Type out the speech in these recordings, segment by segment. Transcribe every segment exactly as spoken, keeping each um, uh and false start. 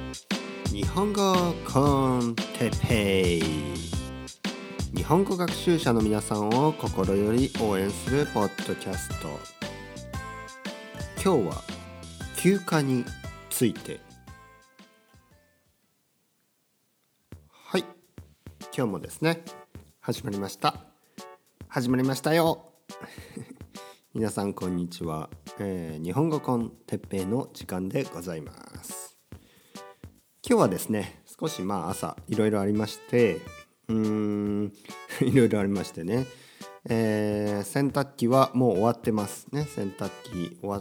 日本語コンテペイ。日本語学習者の皆さんを心より応援するポッドキャスト。今日は休暇について。はい、今日もですね始まりました始まりましたよ皆さんこんにちは、えー、日本語コンテッペイの時間でございます。今日はですね少しまあ朝いろいろありましてうーんいろいろありましてね、えー、洗濯機はもう終わってますね。洗濯機終わって、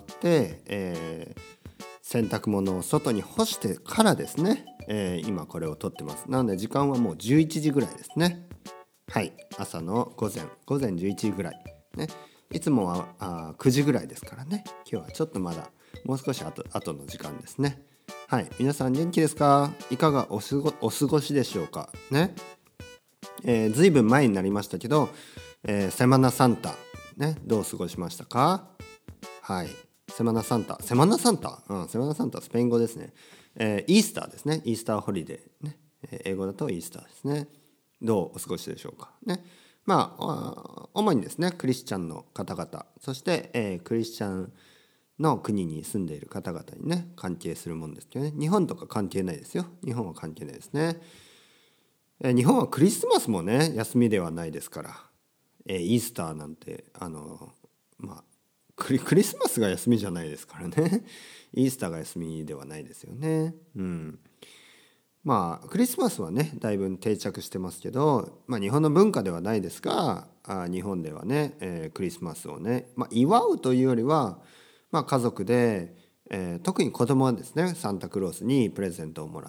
えー、洗濯物を外に干してからですね、えー、今これを撮ってます。なので時間はもうじゅういちじぐらいですね。はい、朝の午前午前じゅういちじぐらいね。いつもはあくじぐらいですからね。今日はちょっとまだもう少し後後の時間ですね。はい、皆さん元気ですか？いかがおすごお過ごしでしょうかね。えー、ずいぶん前になりましたけど、えー、セマナサンタね、どう過ごしましたか？はい、セマナサンタセマナサンタ、うん、セマナサンタスペイン語ですね。えー、イースターですね。イースターホリデーね。英語だとイースターですね。どうお過ごしでしょうかね。まあ主にですねクリスチャンの方々、そして、えー、クリスチャンの国に住んでいる方々にね関係するもんですけどね。日本とか関係ないですよ。日本は関係ないですね。えー、日本はクリスマスもね休みではないですから、えー、イースターなんてあのまあクリ、クリスマスが休みじゃないですからねイースターが休みではないですよね。うんまあクリスマスはねだいぶ定着してますけど、まあ、日本の文化ではないですが、あ日本ではね、えー、クリスマスをね、まあ、祝うというよりは、まあ、家族で、えー、特に子供はですねサンタクロースにプレゼントをもらって、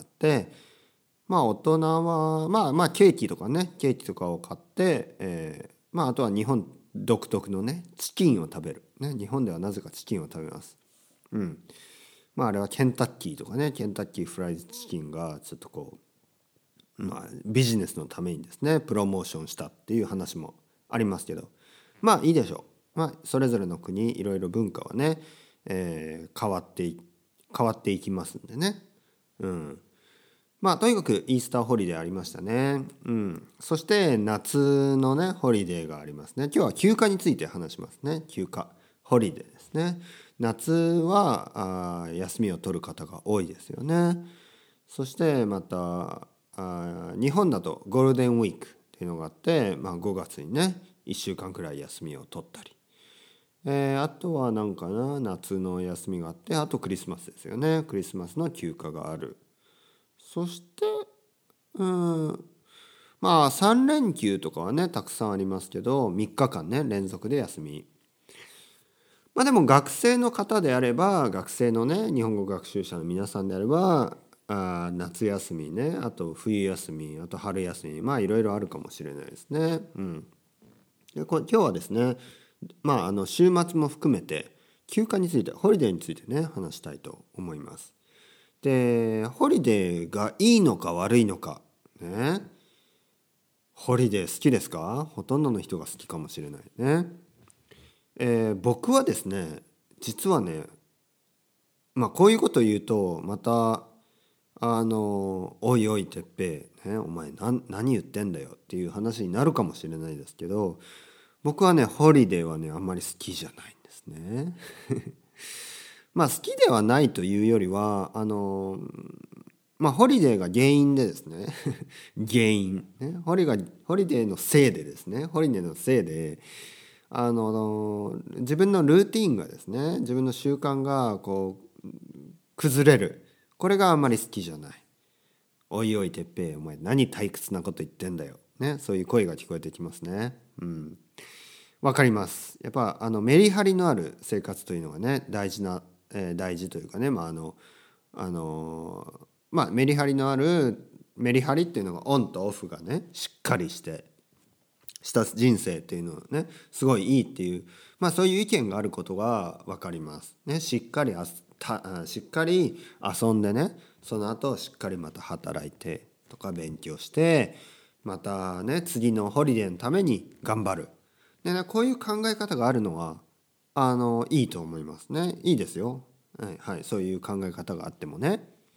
まあ大人はまあまあケーキとかねケーキとかを買って、えー、まああとは日本独特のねチキンを食べる、ね、日本ではなぜかチキンを食べます。うんまああれはケンタッキーとかねケンタッキーフライドチキンがちょっとこう、まあ、ビジネスのためにですねプロモーションしたっていう話もありますけど、まあいいでしょう。まあそれぞれの国いろいろ文化はね、えー、変わってい変わっていきますんでね。うんまあとにかくイースターホリデーありましたね。うん。そして夏のねホリデーがありますね。今日は休暇について話しますね。休暇ホリデーですね。夏はあ休みを取る方が多いですよね。そしてまたあ日本だとゴールデンウィークっていうのがあって、まあ、ごがつにねいっしゅうかんくらい休みを取ったり、えー、あとは何かな夏の休みがあって、あとクリスマスですよね。クリスマスの休暇がある。そしてうんまあさん連休とかはねたくさんありますけどみっかかんね連続で休み。まあでも学生の方であれば学生のね日本語学習者の皆さんであればあ夏休みねあと冬休みあと春休みまあいろいろあるかもしれないですね。うん、でこ今日はですねまああの週末も含めて休暇についてホリデーについてね話したいと思います。でホリデーがいいのか悪いのかね。ホリデー好きですか？ほとんどの人が好きかもしれないね。えー、僕はですね実はねまあこういうこと言うとまたあのおいおいてっぺい、ね、お前何何言ってんだよっていう話になるかもしれないですけど、僕はねホリデーはねあんまり好きじゃないんですねまあ好きではないというよりはあのまあホリデーが原因でですね原因ねホリがホリデーのせいでですねホリデーのせいであの自分のルーティンがですね自分の習慣がこう崩れる。これがあんまり好きじゃない。おいおいてっぺいお前何退屈なこと言ってんだよね、そういう声が聞こえてきますね。うんわかります。やっぱあのメリハリのある生活というのがね大事な、えー、大事というかねまああのあのまあメリハリのあるメリハリっていうのがオンとオフがねしっかりしてした人生っていうのはねすごいいいっていう、まあそういう意見があることが分かりますね。しっかりあたしっかり遊んでねその後しっかりまた働いてとか勉強してまたね次のホリデーのために頑張るで、ね、こういう考え方があるのはあのいいと思いますね。いいですよ、はいはい、そういう考え方があってもね。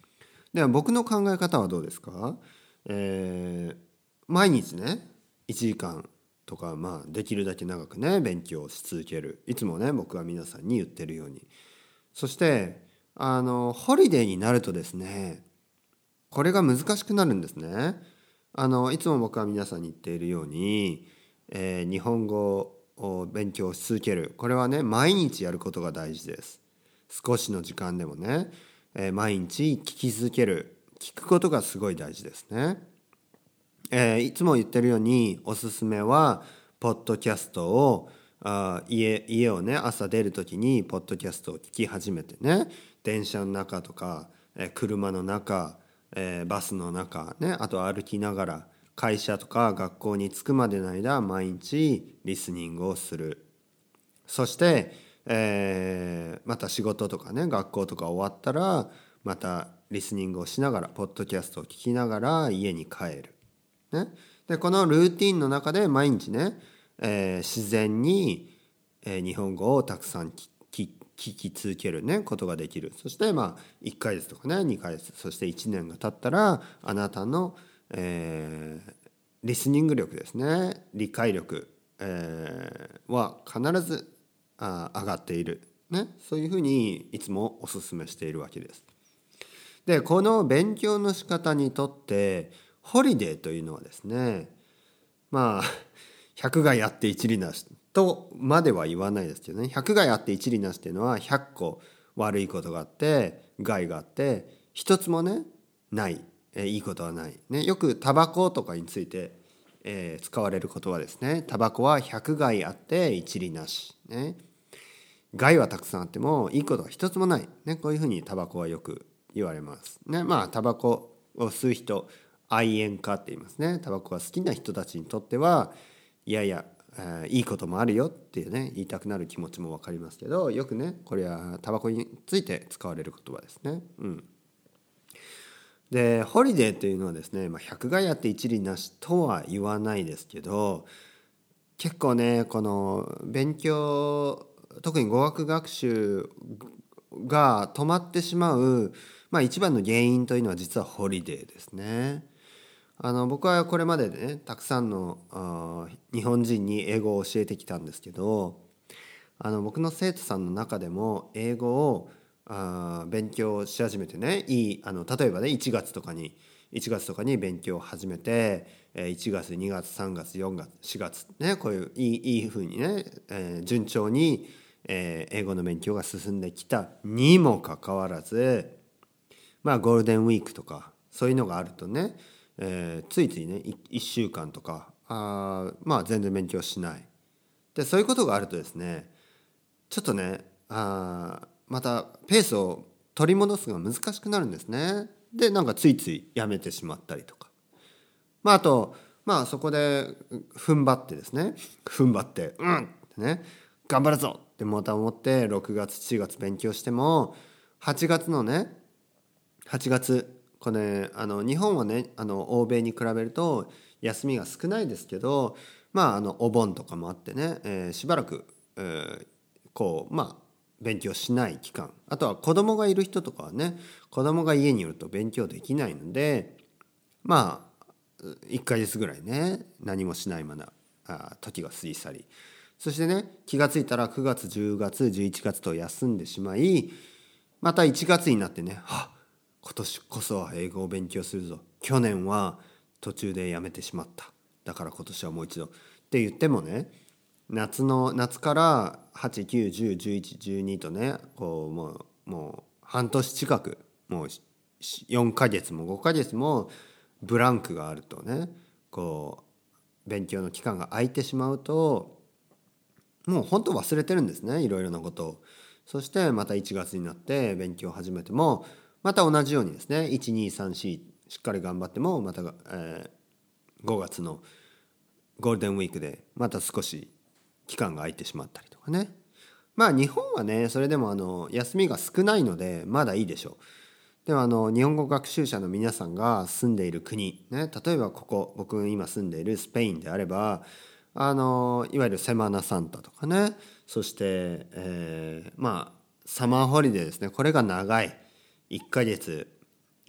では僕の考え方はどうですか？えー、毎日ねいちじかんとか、まあできるだけ長くね勉強し続ける。いつもね僕は皆さんに言ってるように。そしてあのホリデーになるとですね、これが難しくなるんですね。あのいつも僕は皆さんに言っているように、えー日本語を勉強し続ける。これはね毎日やることが大事です。少しの時間でもね、えー毎日聞き続ける。聞くことがすごい大事ですね。えーいつも言ってるようにおすすめはポッドキャストをあ家家をね朝出る時にポッドキャストを聞き始めてね、電車の中とか、えー車の中、えーバスの中ね、あと歩きながら会社とか学校に着くまでの間毎日リスニングをする。そして、えーまた仕事とかね学校とか終わったらまたリスニングをしながらポッドキャストを聞きながら家に帰る。ね、でこのルーティンの中で毎日ね、えー自然に、えー日本語をたくさん聞き聞き続ける、ね、ことができる。そしてまあいっかげつとかねにかげつ、そしていちねんが経ったらあなたの、えーリスニング力ですね、理解力、えーは必ずあ上がっている、ね、そういうふうにいつもお勧めしているわけです。でこの勉強の仕方にとってホリデーというのはですね、まあ百害あって一利なしとまでは言わないですけどね、百害あって一利なしっていうのはひゃっこ悪いことがあって害があって一つもねない、えーいいことはない、ね、よくタバコとかについて、えー使われる言葉ですね。タバコは百害あって一利なし、ね、害はたくさんあってもいいことは一つもない、ね、こういうふうにタバコはよく言われますね。まあタバコを吸う人愛煙家って言いますね。タバコが好きな人たちにとってはいやいや、えーいいこともあるよっていうね言いたくなる気持ちも分かりますけど、よくねこれはタバコについて使われる言葉ですね。うん、でホリデーというのはですね、まあ、百害あって一利なしとは言わないですけど、結構ねこの勉強、特に語学学習が止まってしまう、まあ、一番の原因というのは実はホリデーですね。あの僕はこれまででねたくさんのあ日本人に英語を教えてきたんですけど、あの僕の生徒さんの中でも英語をあ勉強し始めてね、いいあの例えばねいちがつとかにいちがつとかに勉強を始めて、えーいちがつにがつさんがつよんがつしがつね、こういういいいい風にね、えー順調に、えー英語の勉強が進んできたにもかかわらず、まあゴールデンウィークとかそういうのがあるとね、えーついついねいいっしゅうかんとかあまあ全然勉強しない。でそういうことがあるとですね、ちょっとねあまたペースを取り戻すのが難しくなるんですね。でなんかついついやめてしまったりとか、まああとまあそこで踏ん張ってですね踏ん張ってうんってね頑張るぞってまた思ってろくがつしちがつ勉強してもはちがつのねはちがつ、これあの日本はねあの欧米に比べると休みが少ないですけど、まああのお盆とかもあってね、えーしばらく、えーこうまあ勉強しない期間、あとは子供がいる人とかはね子供が家にいると勉強できないので、まあいっかげつぐらいね何もしないままあ時が過ぎ去り、そしてね気がついたらくがつじゅうがつじゅういちがつと休んでしまい、またいちがつになってね、はっ今年こそは英語を勉強するぞ、去年は途中でやめてしまった、だから今年はもう一度って言ってもね、夏の夏からはち、きゅう、じゅう、じゅういち、じゅうにとねこうもうもう半年近く、もうよんかげつもごかげつもブランクがあるとね、こう勉強の期間が空いてしまうともう本当忘れてるんですね、いろいろなことを。そしてまたいちがつになって勉強を始めてもまた同じようにですねいちにさんししっかり頑張ってもまた、えーごがつのゴールデンウィークでまた少し期間が空いてしまったりとかね。まあ日本はねそれでもあの休みが少ないのでまだいいでしょう。でもあの日本語学習者の皆さんが住んでいる国、ね、例えばここ僕今住んでいるスペインであればあのいわゆるセマナサンタとかね、そして、えーまあサマーホリデーですね、これが長いいっかげつ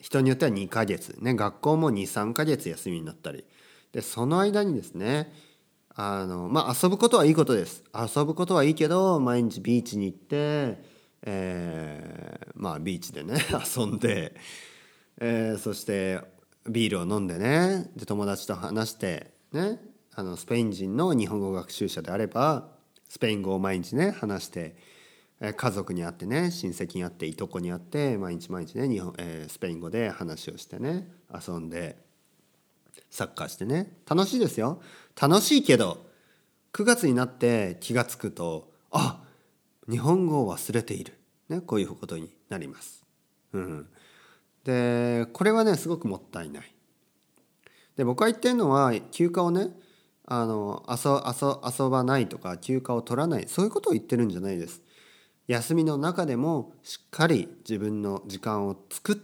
人によってはにかげつ、ね、学校もにさんかげつ休みになったりで、その間にですねあのまあ遊ぶことはいいことです。遊ぶことはいいけど毎日ビーチに行って、えー、まあビーチでね遊んで、えー、そしてビールを飲んでね、で友達と話してね、あのスペイン人の日本語学習者であればスペイン語を毎日ね話して、えー、家族に会ってね、親戚に会っていとこに会って毎日毎日ね日本、えー、スペイン語で話をしてね遊んでサッカーしてね、楽しいですよ。楽しいけどくがつになって気がつくと、あ、日本語を忘れている、ね、こういうことになります。うん、でこれはねすごくもったいない。で僕が言ってるのは休暇をねあの遊遊遊ばないとか休暇を取らない、そういうことを言ってるんじゃないです。休みの中でもしっかり自分の時間を作って、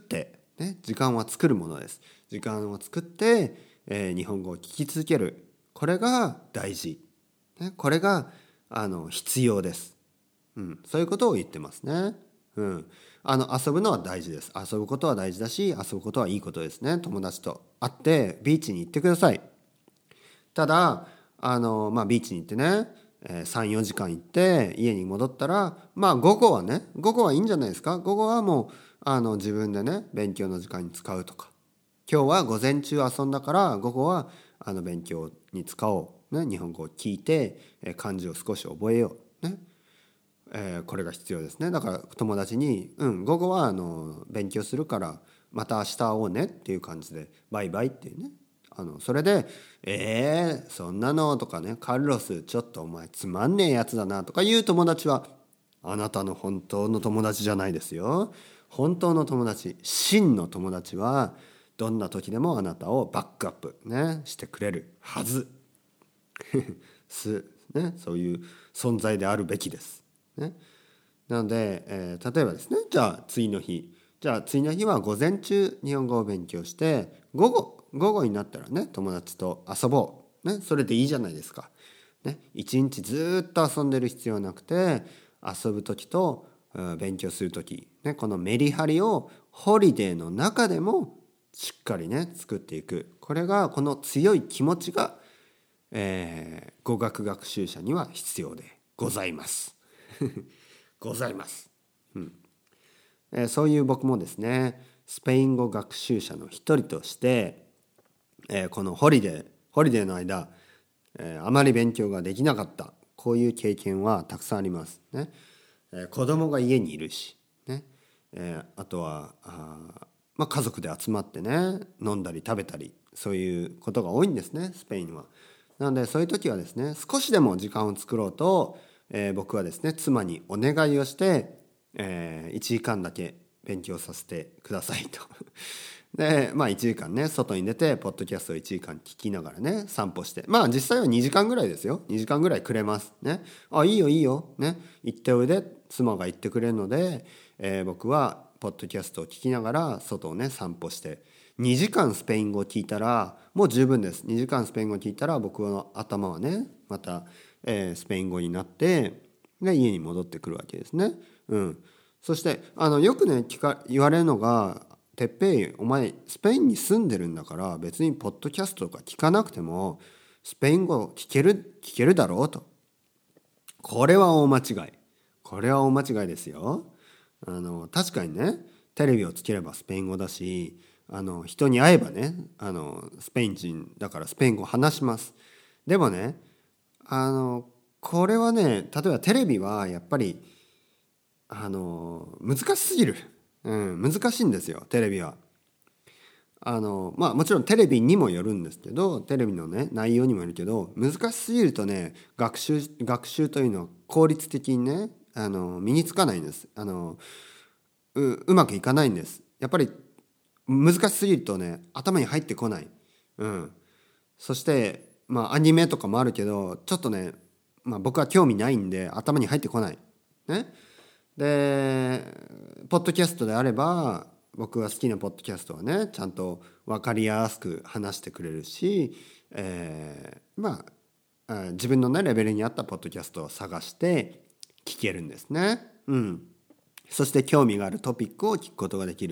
ね、時間は作るものです。時間を作って、えー、日本語を聞き続ける、これが大事、ね、これがあの必要です、うん、そういうことを言ってますね。うん、あの遊ぶのは大事です。遊ぶことは大事だし、遊ぶことはいいことですね。友達と会ってビーチに行ってください。ただあの、まあ、ビーチに行ってね、えー、さんよじかん行って家に戻ったら、まあ午後はね午後はいいんじゃないですか。午後はもうあの自分でね勉強の時間に使うとか、今日は午前中遊んだから午後はあの勉強に使おう、ね、日本語を聞いて、えー、漢字を少し覚えよう、ねえー、これが必要ですね。だから友達に、うん、午後はあの勉強するからまた明日会おうねっていう感じでバイバイっていうね、あのそれで「えー、そんなの」とかね、カルロスちょっとお前つまんねえやつだなとかいう友達はあなたの本当の友達じゃないですよ。本当の友達、真の友達はどんな時でもあなたをバックアップ、ね、してくれるはずす、ね、そういう存在であるべきです、ね、なので、えー、例えばですね、じゃあ次の日じゃあ次の日は午前中日本語を勉強して午後午後になったらね友達と遊ぼう、ね、それでいいじゃないですか、ね、一日ずっと遊んでる必要なくて遊ぶ時と勉強する時、ね、このメリハリをホリデーの中でもしっかりね作っていく、これがこの強い気持ちが、えー、語学学習者には必要でございますございます、うんえー、そういう僕もですねスペイン語学習者の一人として、えー、このホリデーホリデーの間、えー、あまり勉強ができなかった、こういう経験はたくさんありますね。えー、子供が家にいるし、ねえー、あとはあ、まあ、家族で集まってね飲んだり食べたり、そういうことが多いんですねスペインは。なのでそういう時はですね少しでも時間を作ろうと、えー、僕はですね妻にお願いをして、えー、いちじかんだけ勉強させてくださいとでまあいちじかんね外に出てポッドキャストをいちじかん聞きながらね散歩して、まあ実際はにじかんぐらいですよ。にじかんぐらいくれますね。あ、いいよいいよね、行っておいで、妻が言ってくれるので、えー、僕はポッドキャストを聞きながら外をね散歩してにじかんスペイン語を聞いたらもう十分です。にじかんスペイン語を聞いたら僕の頭はねまた、えー、スペイン語になってで家に戻ってくるわけですね。うん、そしてあのよくね聞か言われるのが、てっぺいお前スペインに住んでるんだから別にポッドキャストとか聞かなくてもスペイン語聞ける聞けるだろうと。これは大間違い。これは大間違いですよ。あの確かにねテレビをつければスペイン語だし、あの人に会えばねあのスペイン人だからスペイン語を話します。でもねあのこれはね例えばテレビはやっぱりあの難しすぎる、うん、難しいんですよテレビは。あのまあもちろんテレビにもよるんですけど、テレビのね内容にもよるけど、難しすぎるとね学習学習というのは効率的にねあの身につかないんです。あの う, うまくいかないんです。やっぱり難しすぎるとね頭に入ってこない、うん、そしてまあアニメとかもあるけどちょっとね、まあ、僕は興味ないんで頭に入ってこないね。でポッドキャストであれば僕が好きなポッドキャストはねちゃんと分かりやすく話してくれるし、えー、まあ自分のねレベルに合ったポッドキャストを探して聞けるんですね。うん、そして興味があるトピックを聞くことができる。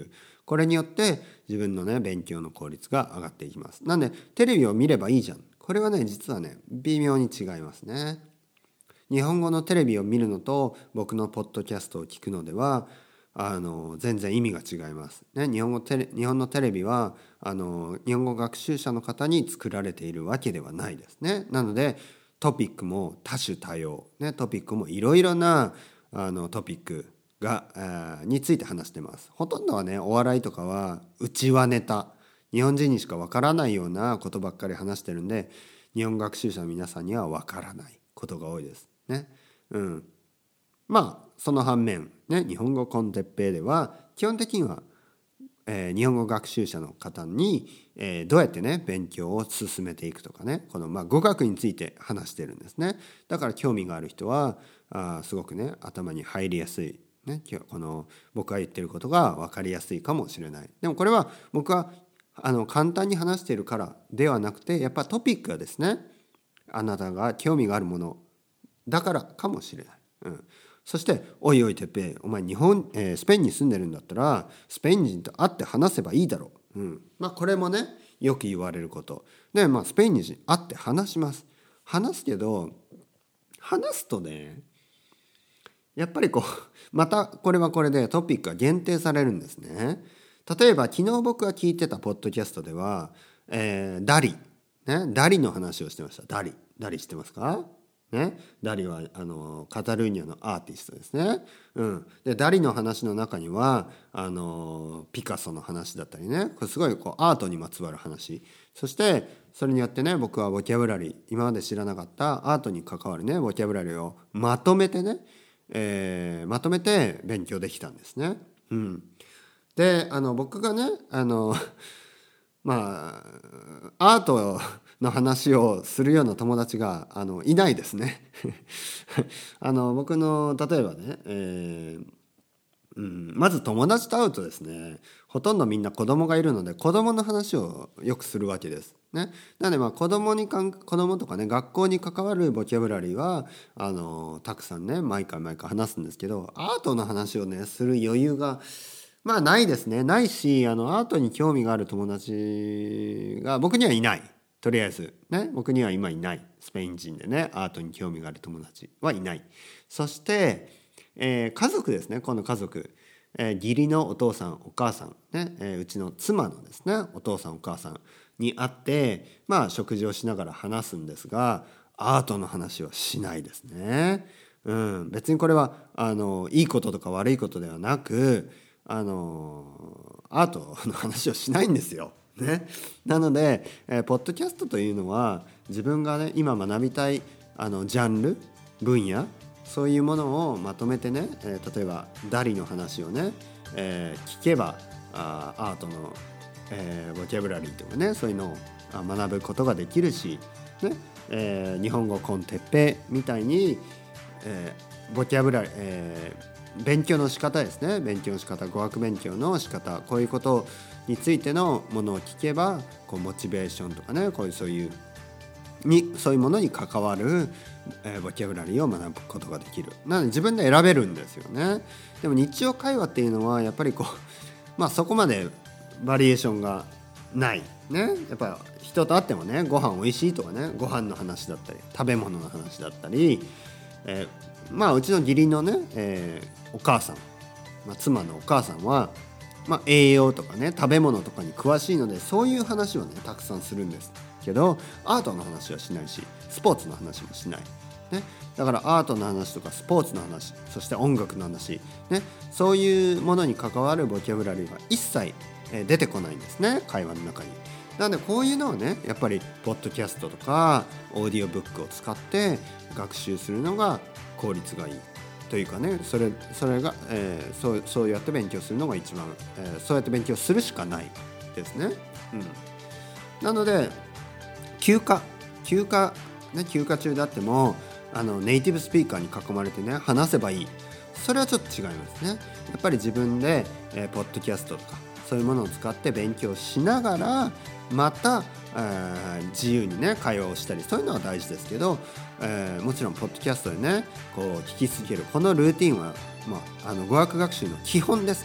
これによって自分のね勉強の効率が上がっていきます。なんでテレビを見ればいいじゃん、これはね実はね微妙に違いますね。日本語のテレビを見るのと僕のポッドキャストを聞くのではあの全然意味が違います、ね、日本語テレ日本のテレビはあの日本語学習者の方に作られているわけではないですね。なのでトピックも多種多様、ね、トピックもいろいろなあのトピックがについて話してます。ほとんどはねお笑いとかは内輪ネタ、日本人にしかわからないようなことばっかり話してるんで日本学習者の皆さんにはわからないことが多いですね。うん、まあその反面ね日本語コンテッペイでは基本的には、えー、日本語学習者の方に、えー、どうやってね勉強を進めていくとかねこの、まあ、語学について話してるんですね。だから興味がある人はあすごくね頭に入りやすい、ね、この僕が言ってることが分かりやすいかもしれない。でもこれは僕はあの簡単に話しているからではなくてやっぱトピックがですねあなたが興味があるものだからかもしれない、うん、そしておいおいてっぺいお前日本、えー、スペインに住んでるんだったらスペイン人と会って話せばいいだろう、うん、まあこれもねよく言われることで、まあ、スペイン人会って話します話すけど話すとねやっぱりこうまたこれはこれでトピックが限定されるんですね。例えば昨日僕が聞いてたポッドキャストでは、えー、ダリ、ね、ダリの話をしてました。ダリダリ知ってますか、ね、ダリはあのカタルーニャのアーティストですね、うん、でダリの話の中にはあのピカソの話だったりねこれすごいこうアートにまつわる話、そしてそれによってね僕はボキャブラリー今まで知らなかったアートに関わるねボキャブラリーをまとめてね、えー、まとめて勉強できたんですね、うん、であの僕がねあのまあアートの話をするような友達があのいないですねあの僕の例えばね、えーうん、まず友達と会うとですねほとんどみんな子供がいるので子供の話をよくするわけです、ね、なのでまあ子供にかん子供とかね学校に関わるボキャブラリーはあのたくさんね毎回毎回話すんですけどアートの話をねする余裕がまあないですね。ないしあのアートに興味がある友達が僕にはいない。とりあえずね僕には今いない。スペイン人でねアートに興味がある友達はいない。そして、えー、家族ですね。今度家族、えー、義理のお父さんお母さんね、えー、うちの妻のですねお父さんお母さんに会ってまあ食事をしながら話すんですがアートの話はしないですね。うん、別にこれはあのいいこととか悪いことではなくあのアートの話をしないんですよ。ね、なので、えー、ポッドキャストというのは自分がね今学びたいあのジャンル分野そういうものをまとめてね、えー、例えばダリの話をね、えー、聞けばあーアートの、えー、ボキャブラリーとかねそういうのを学ぶことができるし、ねえー、日本語コンテッペみたいに、えー、ボキャブラリー、えー勉強の仕方ですね勉強の仕方語学勉強の仕方こういうことについてのものを聞けばこうモチベーションとかねこういうそういうにそういうものに関わる、えー、ボキャブラリーを学ぶことができる。なので自分で選べるんですよね。でも日常会話っていうのはやっぱりこうまあそこまでバリエーションがないね。やっぱ人と会ってもねご飯おいしいとかねご飯の話だったり食べ物の話だったり、えー、まあうちの義理のね、えーお母さん、まあ、妻のお母さんは、まあ、栄養とかね食べ物とかに詳しいのでそういう話をねたくさんするんですけどアートの話はしないしスポーツの話もしない、ね、だからアートの話とかスポーツの話そして音楽の話、ね、そういうものに関わるボキャブラリーが一切出てこないんですね会話の中に。なのでこういうのをねやっぱりポッドキャストとかオーディオブックを使って学習するのが効率がいいというかねそれ、それが、えー、そう、そうやって勉強するのが一番、えー、そうやって勉強するしかないですね、うん、なので休暇休暇ね休暇中であってもあのネイティブスピーカーに囲まれてね話せばいいそれはちょっと違いますね。やっぱり自分で、えー、ポッドキャストとかそういうものを使って勉強しながらまた、えー、自由にね会話をしたりそういうのは大事ですけど、えー、もちろんポッドキャストでねこう聞き続けるこのルーティンは、まあ、あの語学学習の基本ですから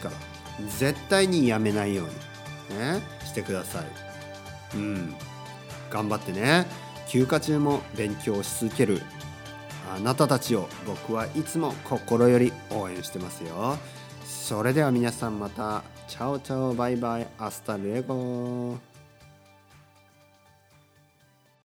絶対にやめないように、ね、してください。うん、頑張ってね。休暇中も勉強し続けるあなたたちを僕はいつも心より応援してますよ。それでは皆さんまた。チャオチャオバイバイアスタルエゴ。